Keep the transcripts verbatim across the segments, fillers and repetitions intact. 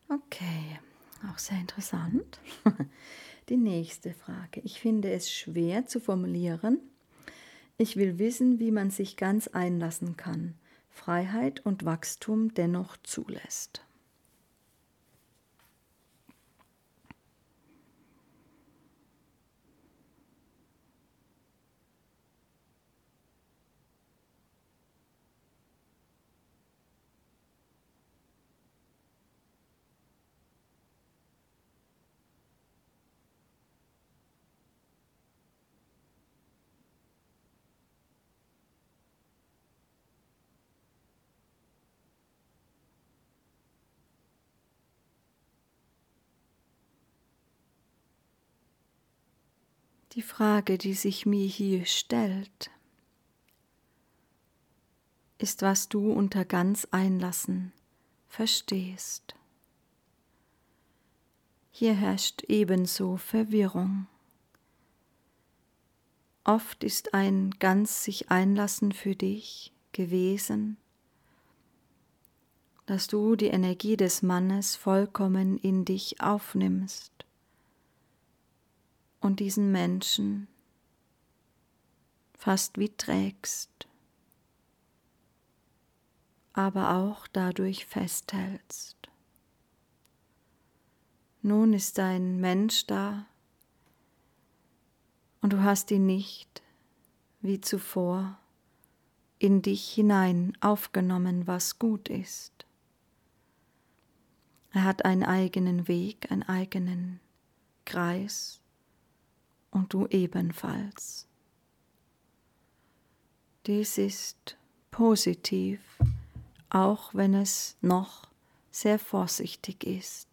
Okay, auch sehr interessant. Die nächste Frage. Ich finde es schwer zu formulieren. Ich will wissen, wie man sich ganz einlassen kann, Freiheit und Wachstum dennoch zulässt. Die Frage, die sich mir hier stellt, ist, was du unter ganz einlassen verstehst. Hier herrscht ebenso Verwirrung. Oft ist ein ganz sich einlassen für dich gewesen, dass du die Energie des Mannes vollkommen in dich aufnimmst und diesen Menschen fast wie trägst, aber auch dadurch festhältst. Nun ist ein Mensch da und du hast ihn nicht, wie zuvor, in dich hinein aufgenommen, was gut ist. Er hat einen eigenen Weg, einen eigenen Kreis und du ebenfalls. Dies ist positiv, auch wenn es noch sehr vorsichtig ist.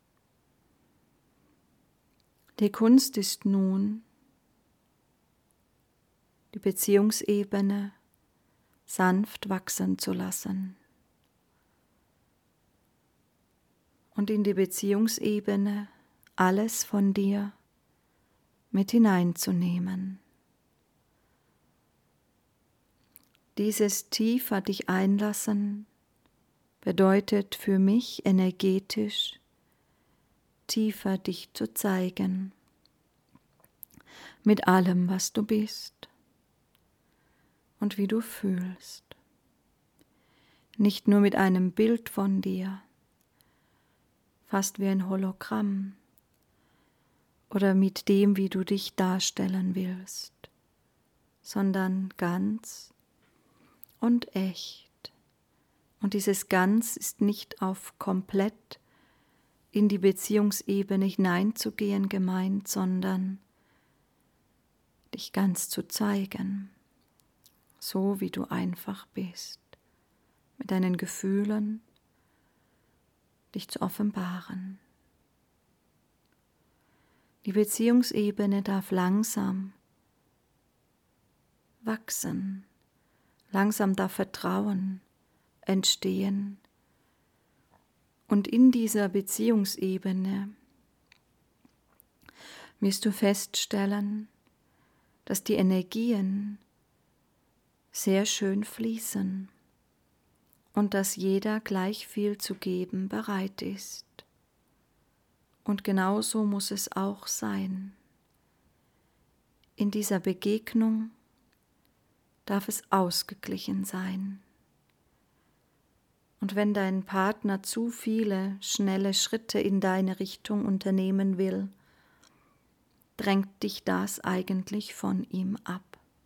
Die Kunst ist nun, die Beziehungsebene sanft wachsen zu lassen und in die Beziehungsebene alles von dir mit hineinzunehmen. Dieses tiefer dich einlassen bedeutet für mich energetisch tiefer dich zu zeigen, mit allem, was du bist und wie du fühlst. Nicht nur mit einem Bild von dir, fast wie ein Hologramm, oder mit dem, wie du dich darstellen willst, sondern ganz und echt. Und dieses Ganz ist nicht auf komplett in die Beziehungsebene hineinzugehen gemeint, sondern dich ganz zu zeigen, so wie du einfach bist, mit deinen Gefühlen, dich zu offenbaren. Die Beziehungsebene darf langsam wachsen, langsam darf Vertrauen entstehen. Und in dieser Beziehungsebene wirst du feststellen, dass die Energien sehr schön fließen und dass jeder gleich viel zu geben bereit ist. Und genauso muss es auch sein. In dieser Begegnung darf es ausgeglichen sein. Und wenn dein Partner zu viele schnelle Schritte in deine Richtung unternehmen will, drängt dich das eigentlich von ihm ab.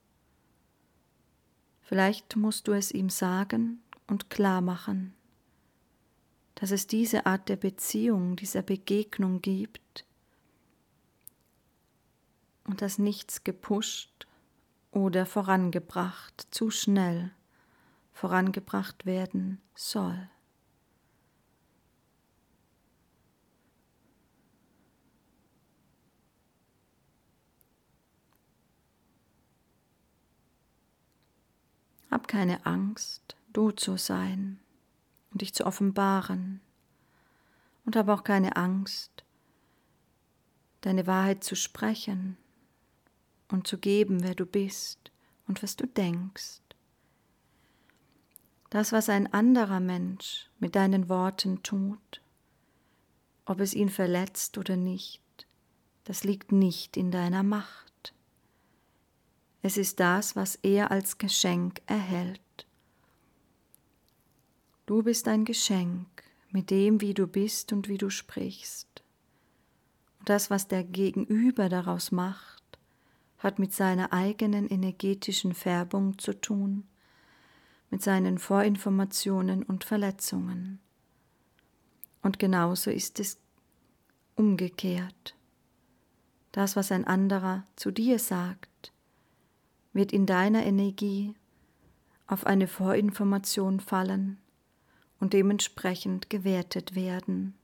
Vielleicht musst du es ihm sagen und klar machen, dass es diese Art der Beziehung, dieser Begegnung gibt und dass nichts gepusht oder vorangebracht, zu schnell vorangebracht werden soll. Hab keine Angst, du zu sein und dich zu offenbaren, und hab auch keine Angst, deine Wahrheit zu sprechen und zu geben, wer du bist und was du denkst. Das, was ein anderer Mensch mit deinen Worten tut, Ob es ihn verletzt oder nicht, das liegt nicht in deiner Macht. Es ist das, was er als Geschenk erhält. Du bist ein Geschenk mit dem, wie du bist und wie du sprichst. Und das, was der Gegenüber daraus macht, hat mit seiner eigenen energetischen Färbung zu tun, mit seinen Vorinformationen und Verletzungen. Und genauso ist es umgekehrt. Das, was ein anderer zu dir sagt, wird in deiner Energie auf eine Vorinformation fallen und dementsprechend gewertet werden.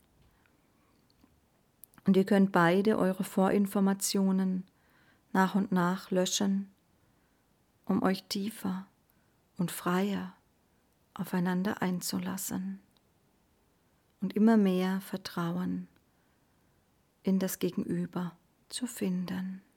Und ihr könnt beide eure Vorinformationen nach und nach löschen, um euch tiefer und freier aufeinander einzulassen und immer mehr Vertrauen in das Gegenüber zu finden.